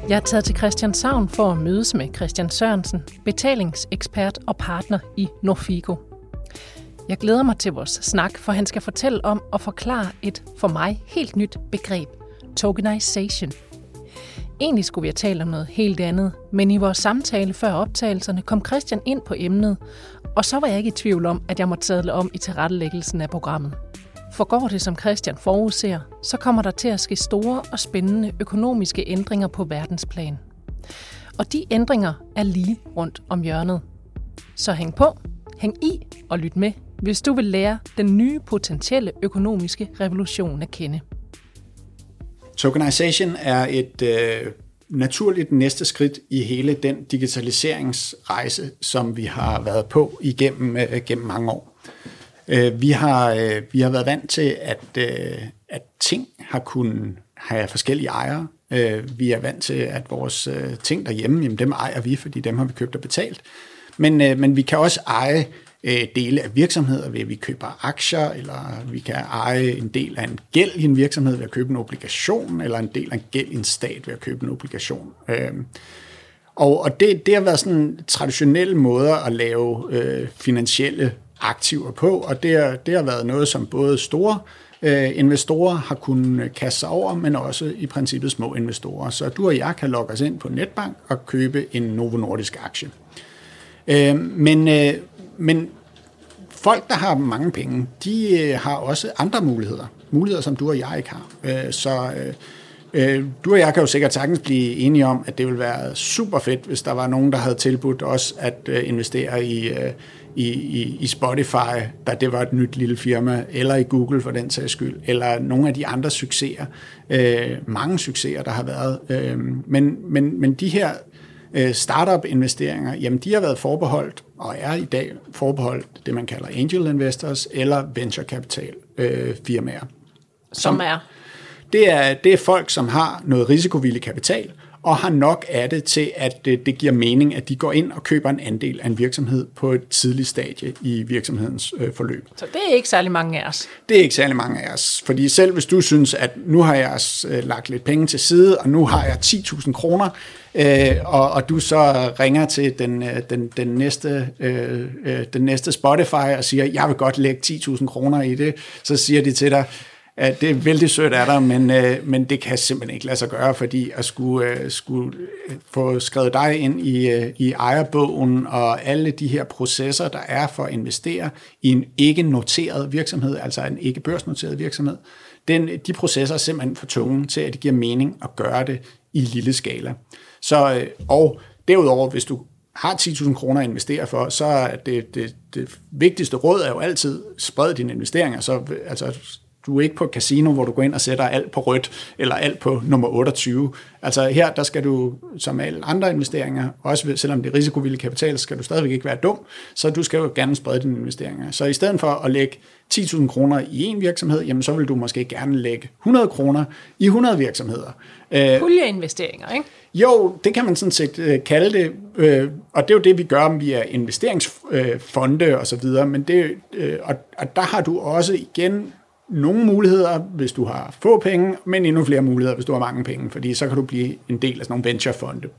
Jeg er taget til Christianshavn for at mødes med Christian Sørensen, betalingsekspert og partner i Norfigo. Jeg glæder mig til vores snak, for han skal fortælle om og forklare et for mig helt nyt begreb, tokenization. Egentlig skulle vi have talt om noget helt andet, men i vores samtale før optagelserne kom Christian ind på emnet, og så var jeg ikke i tvivl om, at jeg måtte sadle om i tilrettelæggelsen af programmet. For går det, som Christian forudser, så kommer der til at ske store og spændende økonomiske ændringer på verdensplan. Og de ændringer er lige rundt om hjørnet. Så hæng på, hæng i og lyt med, hvis du vil lære den nye potentielle økonomiske revolution at kende. Tokenization er et naturligt næste skridt i hele den digitaliseringsrejse, som vi har været på gennem mange år. Vi har været vant til, at ting har kunnet have forskellige ejere. Vi er vant til, at vores ting derhjemme, jamen dem ejer vi, fordi dem har vi købt og betalt. Men vi kan også eje dele af virksomheder ved, at vi køber aktier, eller vi kan eje en del af en gæld i en virksomhed ved at købe en obligation, eller en del af en gæld i en stat ved at købe en obligation. Og det har været sådan traditionelle måder at lave finansielle aktiver på, og det har været noget, som både store investorer har kunnet kaste sig over, men også i princippet små investorer. Så du og jeg kan logge os ind på netbank og købe en Novo Nordisk aktie. Men folk, der har mange penge, de har også andre muligheder, som du og jeg ikke har. Du og jeg kan jo sikkert sagtens blive enige om, at det ville være super fedt, hvis der var nogen, der havde tilbudt os at investere i Spotify, da det var et nyt lille firma, eller i Google for den sags skyld, eller nogle af de andre succeser, mange succeser, der har været. Men de her startup-investeringer, jamen de har været forbeholdt, og er i dag forbeholdt det, man kalder angel investors, eller venture capital firmaer. Som er? Det er folk, som har noget risikovillig kapital, og har nok af det til, at det giver mening, at de går ind og køber en andel af en virksomhed på et tidligt stadie i virksomhedens forløb. Så det er ikke særlig mange af os? Det er ikke særlig mange af os, fordi selv hvis du synes, at nu har jeg lagt lidt penge til side, og nu har jeg 10.000 kroner, og du så ringer til den næste Spotify og siger, jeg vil godt lægge 10.000 kroner i det, så siger de til dig, at det er vældig sødt af dig, men det kan simpelthen ikke lade sig gøre, fordi at skulle få skrevet dig ind i ejerbogen og alle de her processer, der er for at investere i en ikke noteret virksomhed, altså en ikke børsnoteret virksomhed, de processer er simpelthen for tunge til, at det giver mening at gøre det i lille skala. Så, og derudover, hvis du har 10.000 kroner at investere for, så er det vigtigste råd er jo altid spred dine investeringer, så altså du er ikke på et casino, hvor du går ind og sætter alt på rødt, eller alt på nummer 28. Altså her, der skal du, som alle andre investeringer, også selvom det er risikovillig kapital, skal du stadigvæk ikke være dum, så du skal jo gerne sprede dine investeringer. Så i stedet for at lægge 10.000 kroner i en virksomhed, jamen så vil du måske gerne lægge 100 kroner i 100 virksomheder. Puljeinvesteringer, ikke? Jo, det kan man sådan set kalde det, og det er jo det, vi gør via investeringsfonde og så videre, men og der har du også igen nogle muligheder, hvis du har få penge, men endnu flere muligheder, hvis du har mange penge, fordi så kan du blive en del af sådan nogle venturefonde.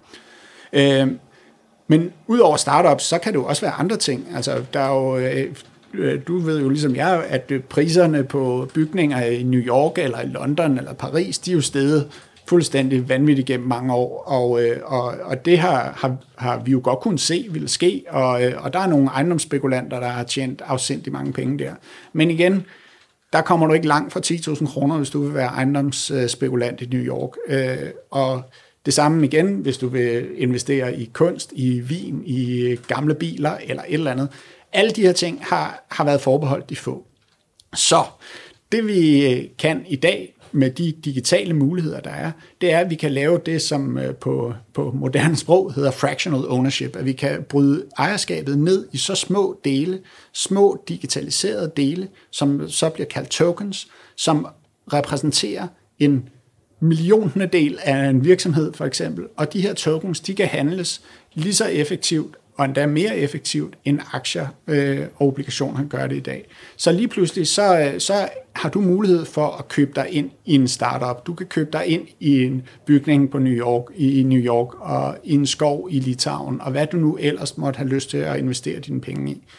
Men udover startups, så kan det jo også være andre ting. Altså, der er jo, du ved jo ligesom jeg, at priserne på bygninger i New York, eller i London, eller Paris, de er jo steget fuldstændig vanvittigt gennem mange år, og det har vi jo godt kunnet se ville ske, og der er nogle ejendomsspekulanter, der har tjent afsindigt mange penge der. Men igen, der kommer du ikke langt fra 10.000 kroner, hvis du vil være ejendomsspekulant i New York. Og det samme igen, hvis du vil investere i kunst, i vin, i gamle biler eller et eller andet. Alle de her ting har været forbeholdt de få. Så det vi kan i dag med de digitale muligheder, der er, det er, at vi kan lave det, som på moderne sprog hedder fractional ownership, at vi kan bryde ejerskabet ned i så små dele, små digitaliserede dele, som så bliver kaldt tokens, som repræsenterer en millionendedel af en virksomhed for eksempel, og de her tokens, de kan handles lige så effektivt og endda mere effektivt end aktier og obligationer gør det i dag. Så lige pludselig så har du mulighed for at købe dig ind i en startup. Du kan købe dig ind i en bygning på i New York og i en skov i Litauen, og hvad du nu ellers måtte have lyst til at investere dine penge i.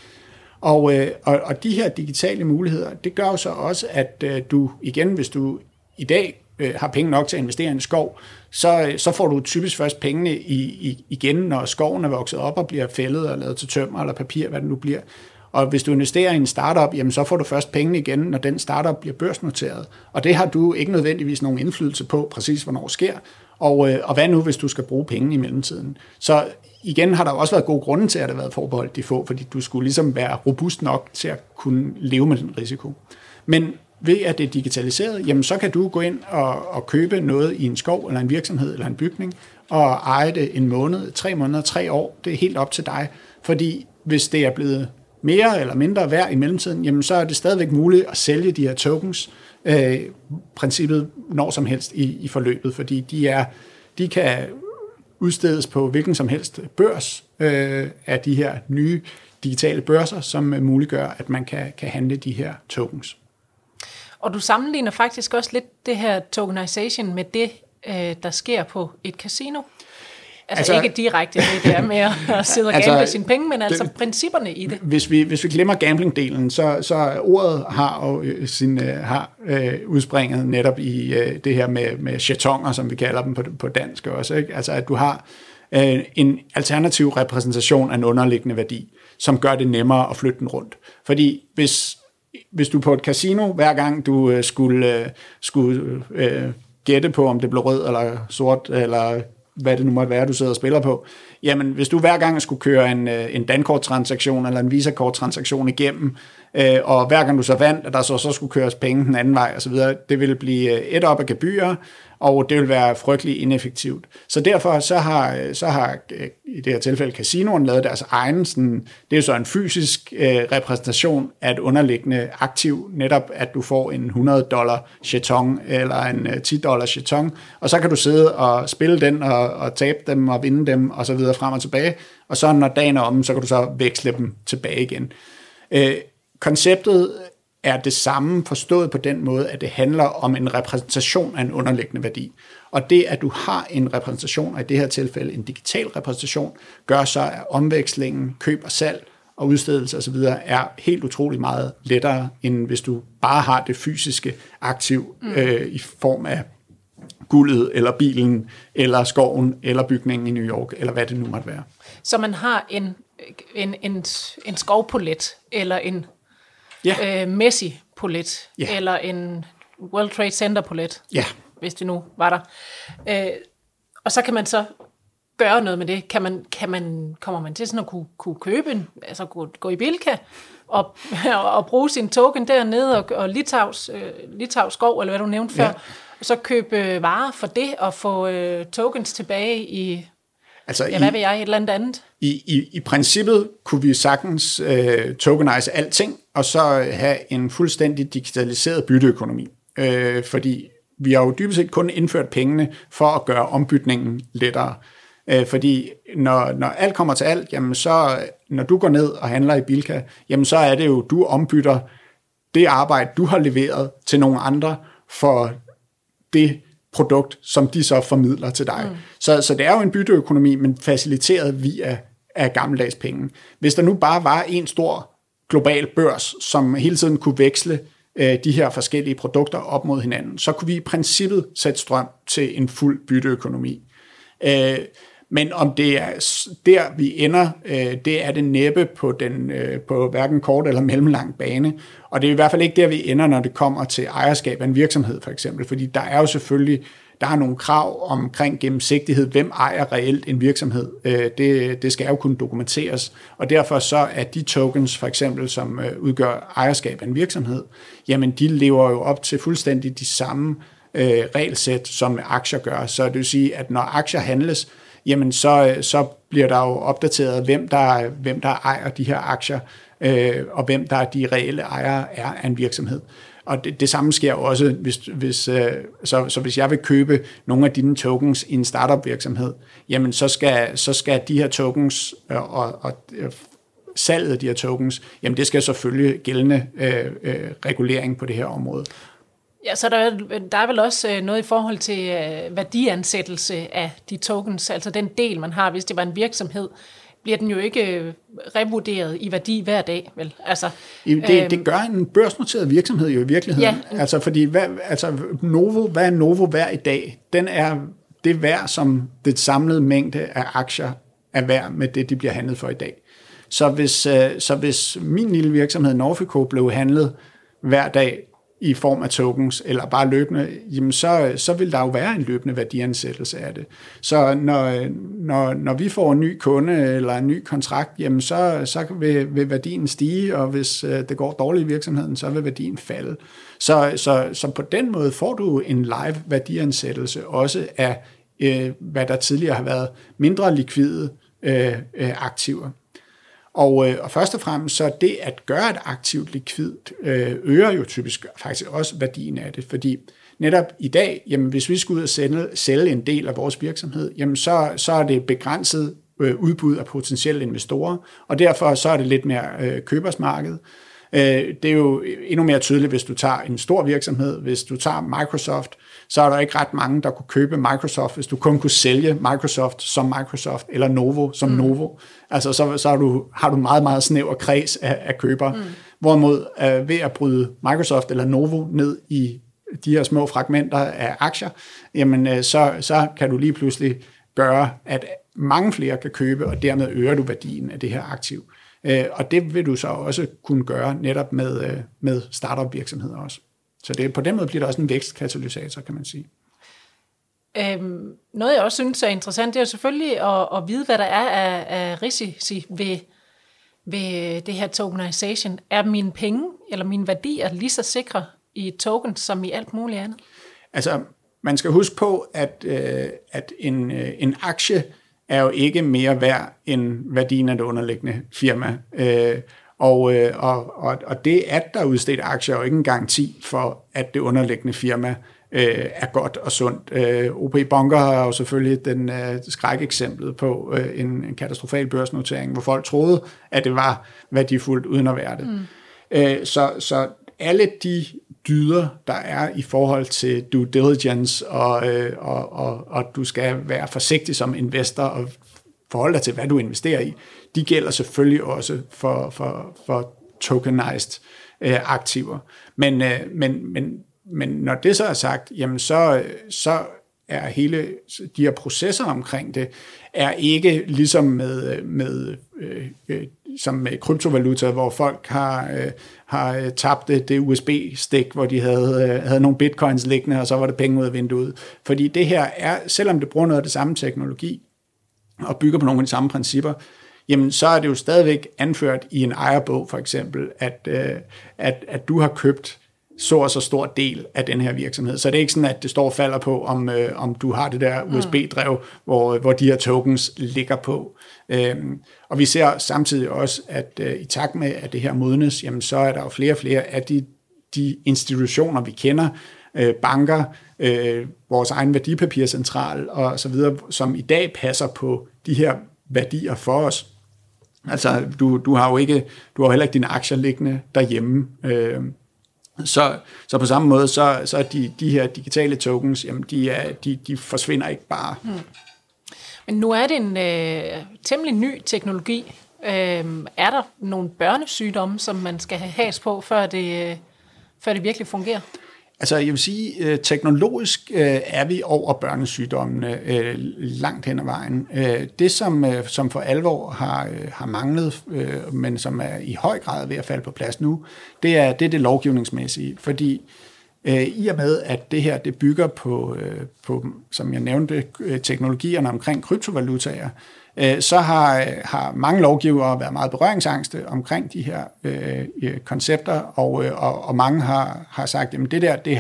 Og de her digitale muligheder, det gør jo så også, at du igen, hvis du i dag har penge nok til at investere i en skov, så får du typisk først pengene igen, når skoven er vokset op og bliver fældet og lavet til tømmer eller papir, hvad det nu bliver. Og hvis du investerer i en startup, jamen så får du først pengene igen, når den startup bliver børsnoteret. Og det har du ikke nødvendigvis nogen indflydelse på, præcis hvornår sker. Og hvad nu, hvis du skal bruge penge i mellemtiden? Så igen har der også været gode grunde til, at der har været forbeholdt de få, fordi du skulle ligesom være robust nok til at kunne leve med den risiko. Men ved at det er digitaliseret, jamen så kan du gå ind og købe noget i en skov, eller en virksomhed, eller en bygning, og eje det en måned, 3 måneder, 3 år. Det er helt op til dig. Fordi hvis det er blevet mere eller mindre værd i mellemtiden, jamen så er det stadigvæk muligt at sælge de her tokens, princippet når som helst i forløbet, fordi de kan udstedes på hvilken som helst børs af de her nye digitale børser, som muliggør, at man kan handle de her tokens. Og du sammenligner faktisk også lidt det her tokenization med det, der sker på et casino. Altså ikke direkte det er med at sidde og gamble sine penge, men altså principperne i det. Hvis vi glemmer gambling-delen, så ordet har udspringet netop i det her med jetoner, som vi kalder dem på dansk også. Ikke? Altså at du har en alternativ repræsentation af en underliggende værdi, som gør det nemmere at flytte den rundt. Fordi hvis du på et casino, hver gang du skulle gætte på, om det blev rød eller sort, eller hvad det nu måtte være, du sidder og spiller på, jamen hvis du hver gang skulle køre en dankorttransaktion eller en Visa-korttransaktion igennem, og hver gang du så vandt, at der så skulle køres penge den anden vej osv., det ville blive et op af gebyrer, og det vil være frygtelig ineffektivt. Så derfor så har i det her tilfælde casinoen lavet deres egen, sådan, det er jo så en fysisk repræsentation af et underliggende aktiv, netop at du får en $100 jeton eller en $10 jeton, og så kan du sidde og spille den og tabe dem og vinde dem og så videre frem og tilbage, og så når dagen er om, så kan du så veksle dem tilbage igen. Konceptet er det samme forstået på den måde, at det handler om en repræsentation af en underliggende værdi. Og det, at du har en repræsentation, og i det her tilfælde en digital repræsentation, gør så, at omvekslingen, køb og salg og udstedelse osv. er helt utrolig meget lettere, end hvis du bare har det fysiske aktiv i form af guldet, eller bilen, eller skoven, eller bygningen i New York, eller hvad det nu måtte være. Så man har en skovpolet, eller en Messi-polet, eller en World Trade Center-polet, hvis det nu var der. Og så kan man så gøre noget med det. Kommer man til sådan at kunne købe en, altså gå i Bilka, og bruge sin token dernede, og Litauens skov, eller hvad du nævnte før, og så købe varer for det, og få tokens tilbage i, hvad ved jeg, et eller andet. I princippet kunne vi sagtens tokenize alting, og så have en fuldstændig digitaliseret bytteøkonomi. Fordi vi har jo dybest set kun indført pengene for at gøre ombytningen lettere. Fordi når alt kommer til alt, jamen så, når du går ned og handler i Bilka, jamen så er det jo, du ombytter det arbejde, du har leveret til nogle andre for det produkt, som de så formidler til dig. Så det er jo en bytteøkonomi, men faciliteret via af gammeldags penge. Hvis der nu bare var en stor global børs, som hele tiden kunne veksle de her forskellige produkter op mod hinanden, så kunne vi i princippet sætte strøm til en fuld bytteøkonomi. Men om det er der, vi ender, det er det næppe på hverken kort eller mellemlang bane. Og det er i hvert fald ikke der, vi ender, når det kommer til ejerskab af en virksomhed, for eksempel. Fordi der er jo selvfølgelig nogle krav omkring gennemsigtighed. Hvem ejer reelt en virksomhed? Det skal jo kunne dokumenteres. Og derfor så er de tokens, for eksempel, som udgør ejerskab af en virksomhed, jamen de lever jo op til fuldstændig de samme regelsæt, som aktier gør. Så det vil sige, at når aktier handles, jamen så bliver der jo opdateret, hvem der ejer de her aktier, og hvem der er de reelle ejere af en virksomhed. Og det samme sker også, hvis jeg vil købe nogle af dine tokens i en startup virksomhed, jamen så skal de her tokens salget af de her tokens, jamen det skal selvfølgelig gældende regulering på det her område. Ja, så der er vel også noget i forhold til værdiansættelse af de tokens, altså den del, man har, hvis det var en virksomhed, bliver den jo ikke revurderet i værdi hver dag, vel? Altså, det gør en børsnoteret virksomhed jo i virkeligheden. Ja. Altså, fordi hvad er Novo værd i dag? Den er det værd, som det samlede mængde af aktier er værd med det, de bliver handlet for i dag. Så hvis min lille virksomhed Norfico blev handlet hver dag i form af tokens, eller bare løbende, jamen så vil der jo være en løbende værdiansættelse af det. Så når vi får en ny kunde eller en ny kontrakt, jamen så vil værdien stige, og hvis det går dårligt i virksomheden, så vil værdien falde. Så på den måde får du en live værdiansættelse også af, hvad der tidligere har været mindre likvide aktiver. Og først og fremmest så det at gøre et aktivt likvidt øger jo typisk faktisk også værdien af det, fordi netop i dag, jamen hvis vi skal ud og sælge en del af vores virksomhed, jamen så er det begrænset udbud af potentielle investorer, og derfor så er det lidt mere købersmarked. Det er jo endnu mere tydeligt, hvis du tager en stor virksomhed. Hvis du tager Microsoft, så er der ikke ret mange, der kunne købe Microsoft, hvis du kun kunne sælge Microsoft som Microsoft, eller Novo som Novo. Altså så har du meget, meget snæver kreds af købere. Hvorimod ved at bryde Microsoft eller Novo ned i de her små fragmenter af aktier, jamen så kan du lige pludselig gøre, at mange flere kan købe, og dermed øger du værdien af det her aktiv. Og det vil du så også kunne gøre netop med startup virksomheder også. Så det, på den måde bliver der også en vækstkatalysator, kan man sige. Noget jeg også synes er interessant, det er jo selvfølgelig at vide, hvad der er af risici ved det her tokenization. Er mine penge eller mine værdier lige så sikre i et token som i alt muligt andet? Altså, man skal huske på, at en aktie er jo ikke mere værd end værdien af det underliggende firma. Og det, at der er udstedt aktier, er jo ikke en garanti for, at det underliggende firma er godt og sundt. OP Bunker har jo selvfølgelig den skrækeksemplet på en katastrofal børsnotering, hvor folk troede, at det var værdifuldt uden at være det. Så alle de dyder, der er i forhold til due diligence, og du skal være forsigtig som investor og forholde dig til, hvad du investerer i, de gælder selvfølgelig også for tokenized aktiver. Men når det så er sagt, jamen så er hele de her processer omkring det, er ikke ligesom som med kryptovaluta, hvor folk har tabt det USB-stik, hvor de havde nogle bitcoins liggende, og så var det penge ud af vinduet. Fordi det her er, selvom det bruger noget af det samme teknologi, og bygger på nogle af de samme principper, jamen så er det jo stadigvæk anført i en ejerbog, for eksempel, at du har købt så stor del af den her virksomhed. Så det er ikke sådan, at det står og falder på, om du har det der USB-drev, hvor de her tokens ligger på. Og vi ser samtidig også, at i takt med, at det her modnes, jamen så er der jo flere og flere af de institutioner, vi kender, banker, vores egen værdipapircentral og så videre, som i dag passer på de her værdier for os. Altså, du har jo heller ikke dine aktier liggende derhjemme. Så på samme måde, så er de her digitale tokens, jamen de forsvinder ikke bare. Men nu er det en temmelig ny teknologi. Er der nogle børnesygdomme, som man skal have has på, før det virkelig fungerer? Altså, jeg vil sige, teknologisk er vi over børnesygdommene langt hen ad vejen. Det, som for alvor har manglet, men som er i høj grad ved at falde på plads nu, det er det lovgivningsmæssige. Fordi i og med, at det her det bygger på, som jeg nævnte, teknologierne omkring kryptovalutaer, så har mange lovgivere været meget berøringsangste omkring de her koncepter, og mange har sagt, at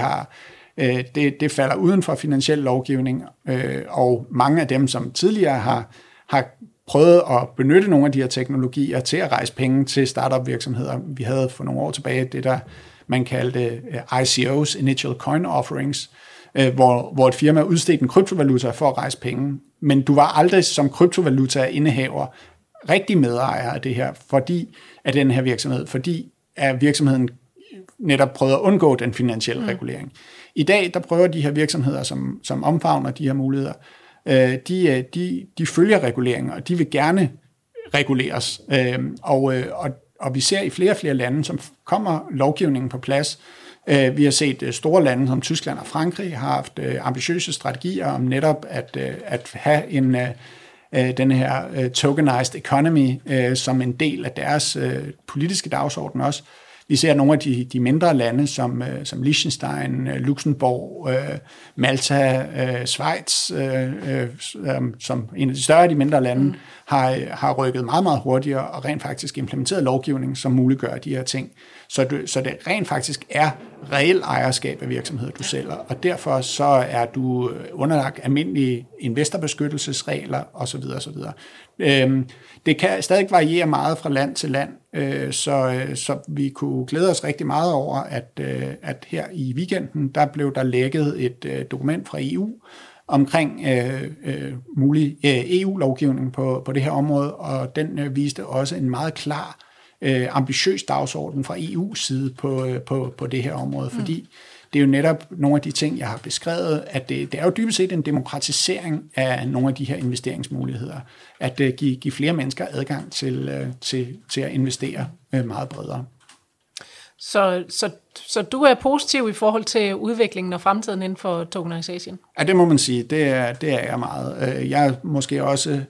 det falder uden for finansiel lovgivning, og mange af dem, som tidligere har prøvet at benytte nogle af de her teknologier til at rejse penge til startup-virksomheder. Vi havde for nogle år tilbage det, der man kaldte ICOs, Initial Coin Offerings, hvor et firma udstedte en kryptovaluta for at rejse penge. Men du var aldrig som kryptovaluta-indehaver rigtig medejere af det her, af den her virksomhed, fordi at virksomheden netop prøvede at undgå den finansielle regulering. I dag, der prøver de her virksomheder, som omfavner de her muligheder, de følger reguleringen, og de vil gerne reguleres. Og vi ser i flere og flere lande, som kommer lovgivningen på plads. Vi har set store lande som Tyskland og Frankrig har haft ambitiøse strategier om netop at have den her tokenized economy som en del af deres politiske dagsorden også. Vi ser nogle af de mindre lande, som Liechtenstein, Luxembourg, Malta, Schweiz, som en af de større af de mindre lande, har rykket meget, meget hurtigere og rent faktisk implementeret lovgivning, som muliggør de her ting. Så det rent faktisk er reelt ejerskab af virksomheder, du sælger, og derfor så er du underlagt almindelige investorbeskyttelsesregler osv. osv. Det kan stadig variere meget fra land til land, så vi kunne glæde os rigtig meget over, at her i weekenden, der blev der lækket et dokument fra EU omkring mulig EU-lovgivning på det her område, og den viste også en meget klar ambitiøs dagsorden fra EU's side på det her område, fordi det er jo netop nogle af de ting, jeg har beskrevet, at det er jo dybest set en demokratisering af nogle af de her investeringsmuligheder, at give flere mennesker adgang til at investere meget bredere. Så du er positiv i forhold til udviklingen og fremtiden inden for tokenization? Ja, det må man sige. Det er jeg meget. Jeg er måske også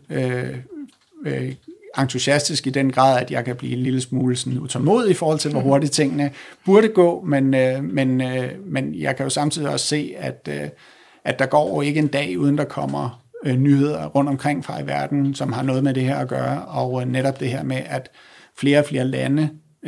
entusiastisk i den grad, at jeg kan blive en lille smule sådan utålmodig i forhold til, hvor hurtigt tingene burde gå, men jeg kan jo samtidig også se, at der går ikke en dag, uden der kommer nyheder rundt omkring fra i verden, som har noget med det her at gøre, og netop det her med, at flere og flere lande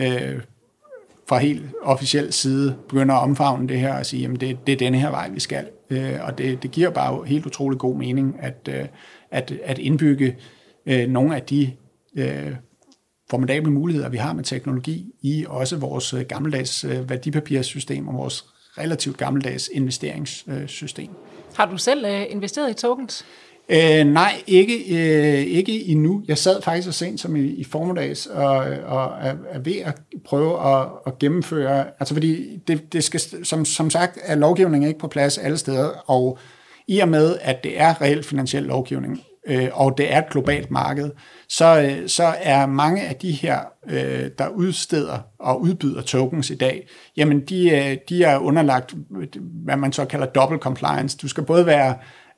fra helt officiel side begynder at omfavne det her og sige, jamen det er denne her vej, vi skal. Og det giver bare helt utrolig god mening at indbygge nogle af de formidable muligheder, vi har med teknologi i også vores gammeldags værdipapirsystem og vores relativt gammeldags investeringssystem. Har du selv investeret i tokens? Nej, ikke endnu. Jeg sad faktisk så sent som i formiddags og er ved at prøve at gennemføre, altså fordi det skal, som sagt, er lovgivningen ikke på plads alle steder, og i og med, at det er reelt finansiel lovgivning, og det er et globalt marked, så er mange af de her, der udsteder og udbyder tokens i dag, jamen de er underlagt, hvad man så kalder double compliance. Du skal både være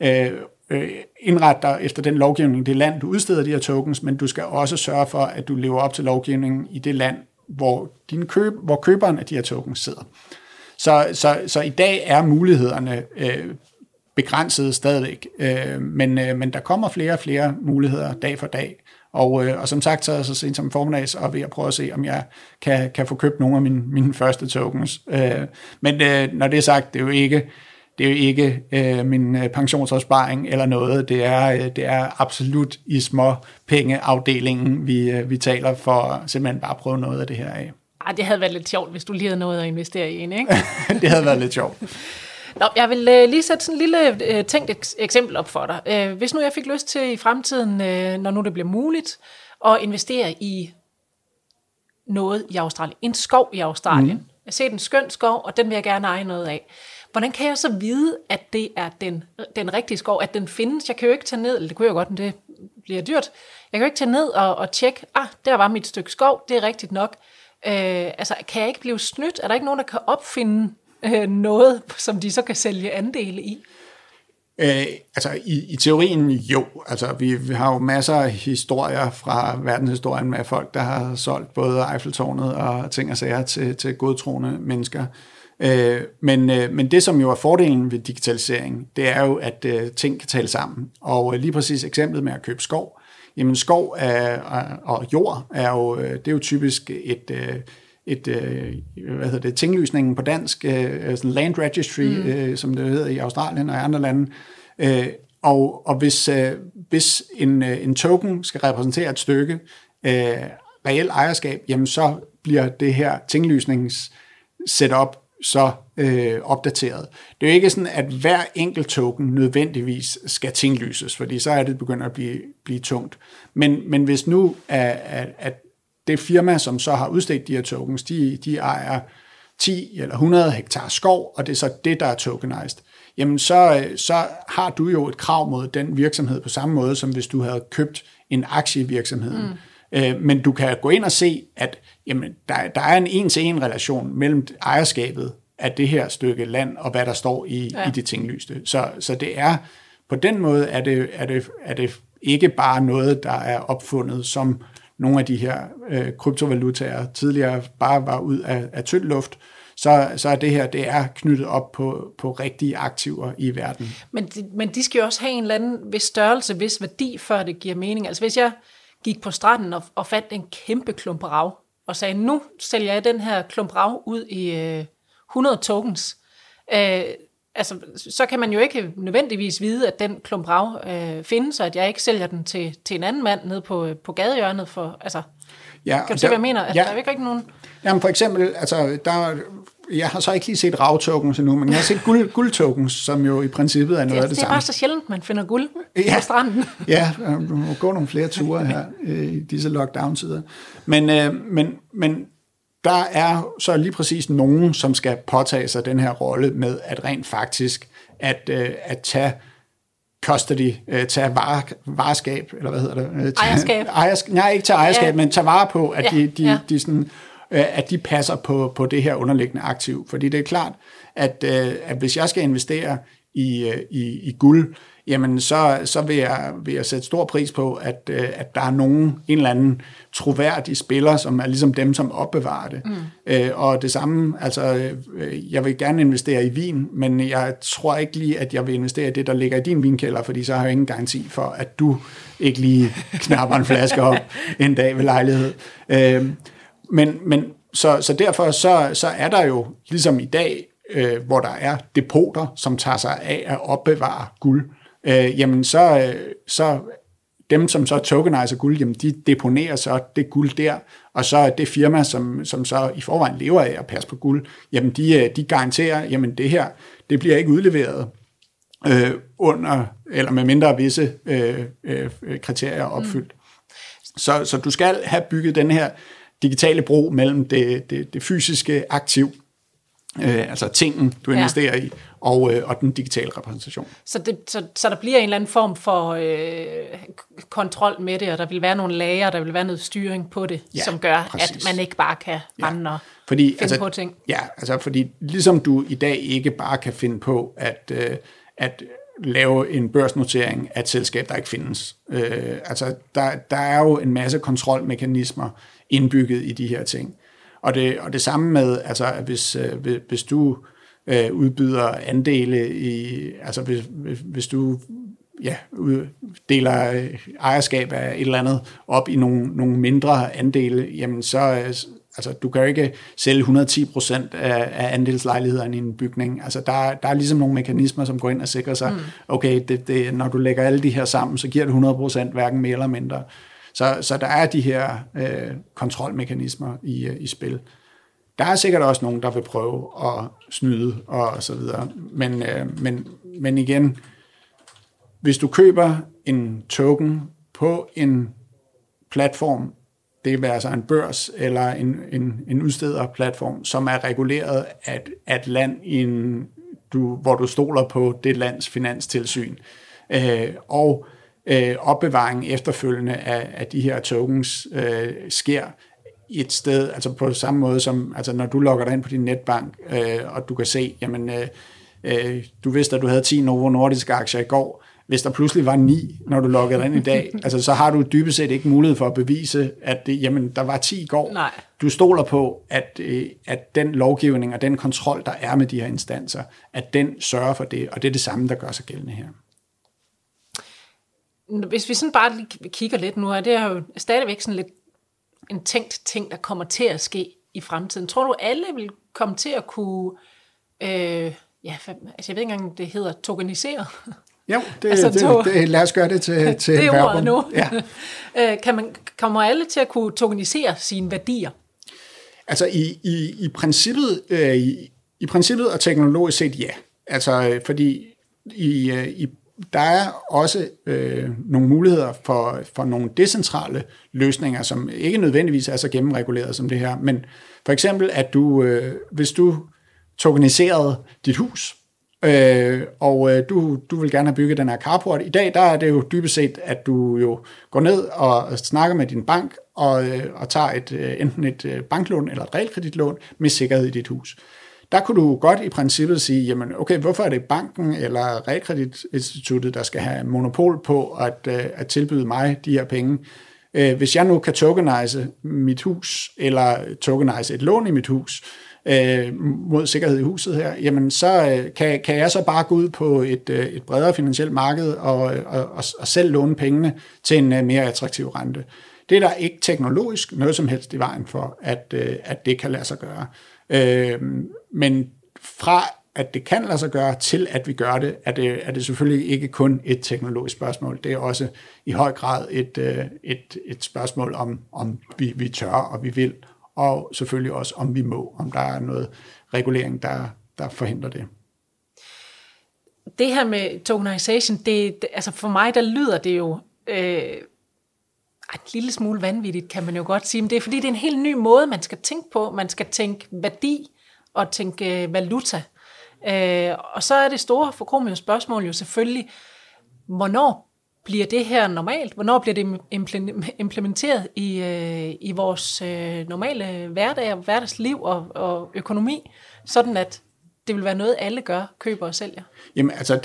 indrette dig efter den lovgivning, det land, du udsteder de her tokens, men du skal også sørge for, at du lever op til lovgivningen i det land, hvor køberen af de her tokens sidder. Så i dag er mulighederne begrænset stadigvæk, men der kommer flere og flere muligheder dag for dag, og som sagt, så er jeg så sent som formiddags og ved at prøve at se, om jeg kan få købt nogle af mine første tokens. Men når det er sagt, det er jo ikke min pensionsopsparing eller noget, det er absolut i små pengeafdelingen, vi taler for simpelthen bare at prøve noget af det her af. Det havde været lidt sjovt, hvis du lige havde noget at investere i en, ikke? Det havde været lidt sjovt. Nå, jeg vil lige sætte sådan en lille tænkt eksempel op for dig. Hvis nu jeg fik lyst til i fremtiden, når nu det bliver muligt, at investere i noget i Australien, en skov i Australien. Jeg har set en skøn skov, og den vil jeg gerne eje noget af. Hvordan kan jeg så vide, at det er den rigtige skov, at den findes? Jeg kan jo ikke tage ned, eller det kunne jeg godt, men det bliver dyrt. Jeg kan jo ikke tage ned og tjekke, der var mit stykke skov, det er rigtigt nok. Kan jeg ikke blive snydt? Er der ikke nogen, der kan opfinde noget, som de så kan sælge andele i? I teorien jo. Altså, vi har jo masser af historier fra verdenshistorien med folk, der har solgt både Eiffeltårnet og ting og sager til godtroende mennesker. Men det, som jo er fordelen ved digitalisering, det er jo, at ting kan tale sammen. Og lige præcis eksemplet med at købe skov. Jamen skov og jord det er jo typisk tinglysningen på dansk, sådan land registry, som det hedder i Australien og i andre lande. Og hvis en token skal repræsentere et stykke reelt ejerskab, jamen så bliver det her tinglysnings setup så opdateret. Det er jo ikke sådan, at hver enkelt token nødvendigvis skal tinglyses, fordi så er det begyndt at blive tungt. Men hvis nu at det firma, som så har udstedt de her tokens, de ejer 10 eller 100 hektar skov, og det er så det, der er tokenized, jamen så har du jo et krav mod den virksomhed på samme måde, som hvis du havde købt en aktie i virksomheden. Men du kan gå ind og se, at jamen, der er en en-til-en relation mellem ejerskabet af det her stykke land, og hvad der står i det tinglyste. Så det er, på den måde er det ikke bare noget, der er opfundet, som nogle af de her kryptovalutaer tidligere bare var ud af tynd luft. Så er det her, det er knyttet op på rigtige aktiver i verden. Men de skal jo også have en eller anden vis størrelse, vis værdi, før det giver mening. Altså hvis jeg gik på stranden og fandt en kæmpe klump rav, og sagde, nu sælger jeg den her klump rav ud i 100 tokens, altså, så kan man jo ikke nødvendigvis vide, at den klump rav findes, og at jeg ikke sælger den til en anden mand nede på gadehjørnet. Kan du se, hvad jeg mener? At der er ikke rigtig nogen... Jamen for eksempel, altså, jeg har så ikke lige set rav-tokens endnu, men jeg har set guld-tokens, som jo i princippet er noget af det samme. Det er bare så sjældent, man finder guld på stranden. Ja, du må gå nogle flere ture her i disse lockdown-tider. Men der er så lige præcis nogen, som skal påtage sig den her rolle med at rent faktisk at tage custody, tage vareskab, eller hvad hedder det? Ejerskab. Nej, ikke tage ejerskab, men tage vare på, at de sådan, at de passer på det her underliggende aktiv. Fordi det er klart, at hvis jeg skal investere i guld, jamen så vil jeg sætte stor pris på, at der er en eller anden troværdig spiller, som er ligesom dem, som opbevarer det. Og det samme, altså jeg vil gerne investere i vin, men jeg tror ikke lige, at jeg vil investere i det, der ligger i din vinkælder, fordi så har jeg ingen garanti for, at du ikke lige knapper en flaske op en dag ved lejlighed. Men så derfor så er der jo, ligesom i dag, hvor der er depoter, som tager sig af at opbevare guld, jamen så dem, som så tokeniser guld, jamen de deponerer så det guld der, og så det firma, som så i forvejen lever af at passe på guld, jamen de garanterer, jamen det her, det bliver ikke udleveret under, eller med mindre visse kriterier opfyldt. Så du skal have bygget den her digitale bro mellem det fysiske aktiv, altså tingen, du investerer i, og den digitale repræsentation. Så der bliver en eller anden form for kontrol med det, og der vil være nogle lager, der vil være noget styring på det, som gør, præcis, at man ikke bare kan rende og finde på ting. Ja, altså fordi ligesom du i dag ikke bare kan finde på at lave en børsnotering af et selskab, der ikke findes. Altså der er jo en masse kontrolmekanismer indbygget i de her ting. Og det samme med, altså hvis du udbyder andele i, altså hvis du deler ejerskab af et eller andet op i nogle mindre andele, jamen så, altså du kan jo ikke sælge 110% af andelslejlighederne i en bygning. Altså der er ligesom nogle mekanismer, som går ind og sikrer sig, okay, når du lægger alle de her sammen, så giver det 100% hverken mere eller mindre. Så der er de her kontrolmekanismer i spil. Der er sikkert også nogen, der vil prøve at snyde og så videre. Men igen, hvis du køber en token på en platform, det kan være altså en børs eller en udstederplatform, som er reguleret af et land, hvor du stoler på det lands finanstilsyn, og opbevaring efterfølgende af de her tokens sker et sted, altså på samme måde som, altså når du logger dig ind på din netbank, og du kan se, jamen, du vidste, at du havde 10 Novo Nordiske aktier i går, hvis der pludselig var 9, når du loggede dig ind i dag, altså så har du dybest set ikke mulighed for at bevise, at jamen, der var 10 i går. Nej. Du stoler på, at den lovgivning og den kontrol, der er med de her instanser, at den sørger for det, og det er det samme, der gør sig gældende her. Hvis vi sådan bare lige kigger lidt nu her, det er jo stadigvæk sådan lidt en tænkt ting, der kommer til at ske i fremtiden. Tror du, alle vil komme til at kunne, altså jeg ved ikke engang, det hedder tokenisere? Jo, lad os gøre det til det er ordet nu. Ja. Kommer alle til at kunne tokenisere sine værdier? Altså i princippet I princippet og teknologisk set ja. Altså fordi der er også nogle muligheder for nogle decentrale løsninger, som ikke nødvendigvis er så gennemreguleret som det her. Men for eksempel, at du, hvis du tokeniserede dit hus, og du vil gerne have bygget den her carport. I dag der er det jo dybest set, at du jo går ned og snakker med din bank og tager enten et banklån eller et realkreditlån med sikkerhed i dit hus. Der kunne du godt i princippet sige, jamen okay, hvorfor er det banken eller realkreditinstituttet, der skal have monopol på at tilbyde mig de her penge? Hvis jeg nu kan tokenize mit hus eller tokenize et lån i mit hus, mod sikkerhed i huset her, jamen så kan jeg så bare gå ud på et bredere finansielt marked og selv låne pengene til en mere attraktiv rente. Det er der ikke teknologisk noget som helst i vejen for, at det kan lade sig gøre. Men fra at det kan lade sig gøre til at vi gør det, er det selvfølgelig ikke kun et teknologisk spørgsmål. Det er også i høj grad et spørgsmål om vi tør og vi vil, og selvfølgelig også om vi må, om der er noget regulering, der forhindrer det. Det her med tokenization, altså for mig der lyder det jo et lille smule vanvittigt, kan man jo godt sige, men det er fordi, det er en helt ny måde, man skal tænke på. Man skal tænke værdi og tænke valuta. Og så er det store for Chromium spørgsmål jo selvfølgelig, hvornår bliver det her normalt? Hvornår bliver det implementeret i vores normale hverdag, hverdagsliv og økonomi, sådan at det vil være noget, alle gør, køber og sælger? Jamen altså,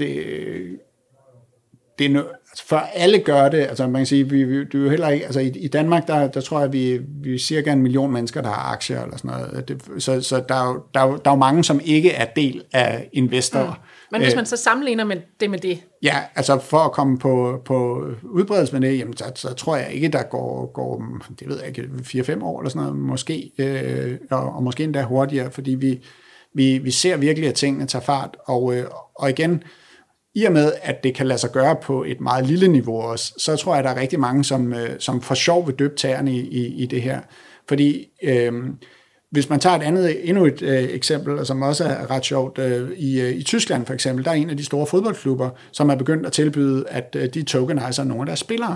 for alle gør det, altså man kan sige, det er jo heller ikke, altså i Danmark, der tror jeg, vi er cirka 1 million mennesker, der har aktier eller sådan noget. Så der er jo mange, som ikke er del af investorer. Mm. Men hvis man så sammenligner med det? Ja, altså for at komme på udbredelse med det, jamen så tror jeg ikke, der går det ved jeg ikke, 4-5 år eller sådan noget, måske, og måske endda hurtigere, fordi vi ser virkelig, at tingene tager fart, og igen, i og med, at det kan lade sig gøre på et meget lille niveau også, så tror jeg, at der er rigtig mange, som for sjov vil døbe tæerne i det her. Fordi hvis man tager endnu et eksempel, som også er ret sjovt, i Tyskland for eksempel, der er en af de store fodboldklubber, som er begyndt at tilbyde, at de tokeniser nogle af deres spillere.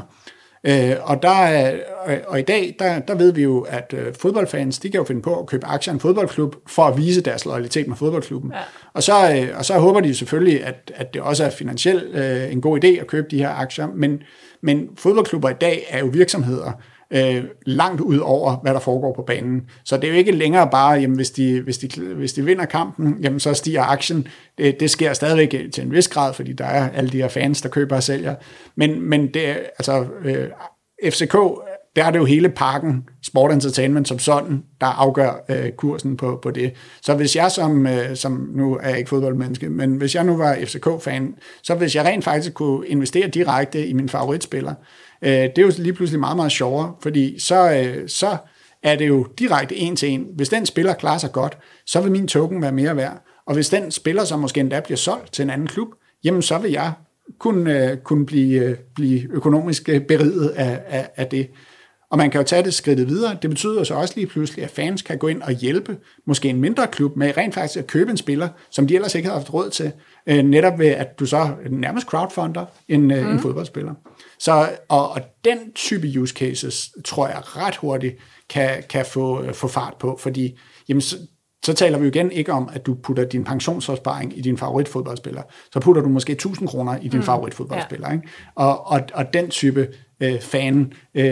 Og i dag, der ved vi jo, at fodboldfans, de kan jo finde på at købe aktier i en fodboldklub, for at vise deres loyalitet med fodboldklubben. Ja. Og så håber de selvfølgelig, at det også er finansielt en god idé at købe de her aktier, men fodboldklubber i dag er jo virksomheder, langt ud over, hvad der foregår på banen. Så det er jo ikke længere bare, jamen, hvis de vinder kampen, jamen, så stiger aktien. Det sker stadigvæk til en vis grad, fordi der er alle de her fans, der køber og sælger. Men det er, altså, FCK, der er det jo hele pakken, Sport Entertainment som sådan, der afgør kursen på det. Så hvis jeg som nu er jeg ikke fodboldmenneske, men hvis jeg nu var FCK-fan, så hvis jeg rent faktisk kunne investere direkte i min favoritspiller, det er jo lige pludselig meget, meget sjovere, fordi så er det jo direkte en til en. Hvis den spiller klarer sig godt, så vil min token være mere værd. Og hvis den spiller, som måske endda bliver solgt til en anden klub, jamen så vil jeg kunne blive økonomisk beriget af det. Og man kan jo tage det skridtet videre. Det betyder så også lige pludselig, at fans kan gå ind og hjælpe måske en mindre klub med rent faktisk at købe en spiller, som de ellers ikke har haft råd til. Netop ved, at du så nærmest crowdfunder en fodboldspiller. Så, og den type use cases, tror jeg ret hurtigt kan få fart på, fordi jamen, så taler vi jo igen ikke om, at du putter din pensionsopsparing i din favoritfodboldspiller. Så putter du måske 1.000 kroner i din favoritfodboldspiller. Ja. Ikke? Og den type fan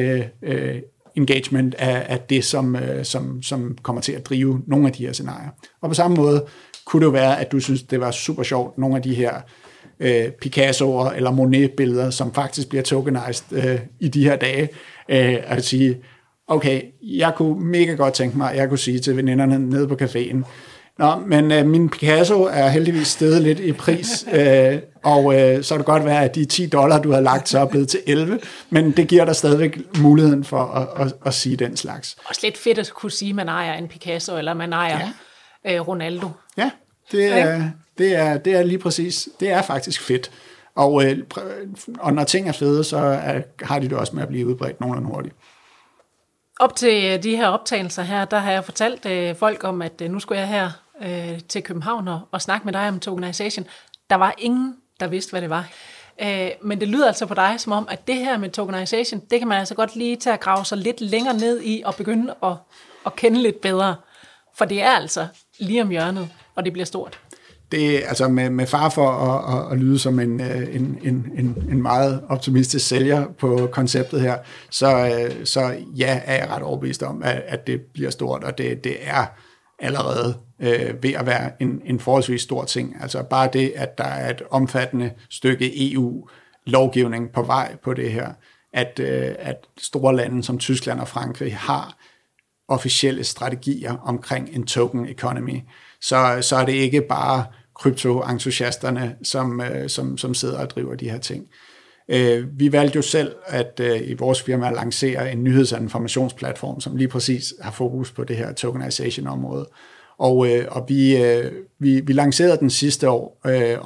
engagement er det, som kommer til at drive nogle af de her scenarier. Og på samme måde kunne det jo være, at du synes, det var super sjovt, nogle af de her Picasso'er eller Monet-billeder, som faktisk bliver tokenized i de her dage, at sige, okay, jeg kunne mega godt tænke mig, at jeg kunne sige til veninderne nede på caféen, nå, men min Picasso er heldigvis steget lidt i pris, og så kan det godt være, at de $10, du har lagt, så er blevet til 11, men det giver dig stadigvæk muligheden for at sige den slags. Også lidt fedt at kunne sige, at man ejer en Picasso, eller man ejer Ronaldo. Ja, det er lige præcis, det er faktisk fedt. Og når ting er fede, så har de det også med at blive udbredt nogenlunde hurtigt. Op til de her optagelser her, der har jeg fortalt folk om, at nu skulle jeg her til København og snakke med dig om tokenization. Der var ingen, der vidste, hvad det var. Men det lyder altså på dig som om, at det her med tokenization, det kan man altså godt lige tage at grave sig lidt længere ned i og begynde at kende lidt bedre. For det er altså lige om hjørnet, og det bliver stort. Det er altså med far for at lyde som en meget optimistisk sælger på konceptet her, så ja, er jeg ret overbevist om, at det bliver stort, og det er allerede ved at være en forholdsvis stor ting. Altså bare det, at der er et omfattende stykke EU-lovgivning på vej på det her, at store lande som Tyskland og Frankrig har officielle strategier omkring en token economy, så er det ikke bare kryptoentusiasterne, som sidder og driver de her ting. Vi valgte jo selv at i vores firma lancere en nyheds- og informationsplatform, som lige præcis har fokus på det her tokenization-område. Og vi lancerede den sidste år,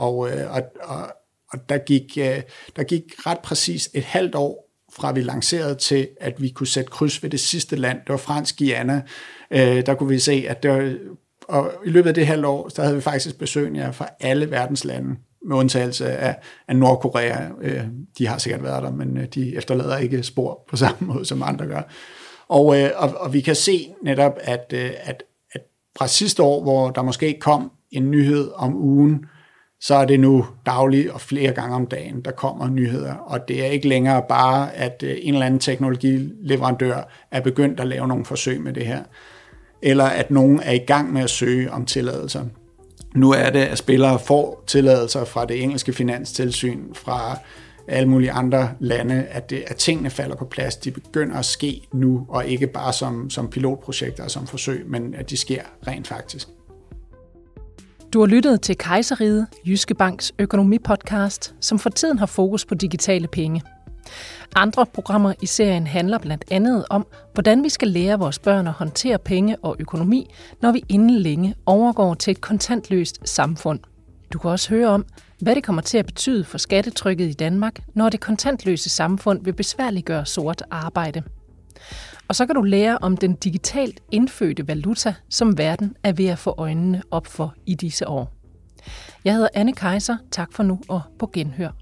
og der gik ret præcis et halvt år fra vi lancerede til, at vi kunne sætte kryds ved det sidste land. Det var Fransk Guyana. Der kunne vi se, at og i løbet af det halvt år, der havde vi faktisk besøgende fra alle verdens lande, med undtagelse af Nordkorea. De har sikkert været der, men de efterlader ikke spor på samme måde, som andre gør. Og vi kan se netop, at fra sidste år, hvor der måske kom en nyhed om ugen, så er det nu dagligt og flere gange om dagen, der kommer nyheder. Og det er ikke længere bare, at en eller anden teknologileverandør er begyndt at lave nogle forsøg med det her, eller at nogen er i gang med at søge om tilladelser. Nu er det, at spillere får tilladelser fra det engelske finanstilsyn, fra alle mulige andre lande, at tingene falder på plads. De begynder at ske nu, og ikke bare som pilotprojekter og som forsøg, men at de sker rent faktisk. Du har lyttet til Kejserriget, Jyske Banks økonomipodcast, som for tiden har fokus på digitale penge. Andre programmer i serien handler blandt andet om, hvordan vi skal lære vores børn at håndtere penge og økonomi, når vi inden længe overgår til et kontantløst samfund. Du kan også høre om, hvad det kommer til at betyde for skattetrykket i Danmark, når det kontantløse samfund vil besværliggøre sort arbejde. Og så kan du lære om den digitalt indfødte valuta, som verden er ved at få øjnene op for i disse år. Jeg hedder Anne Kejser. Tak for nu og på genhør.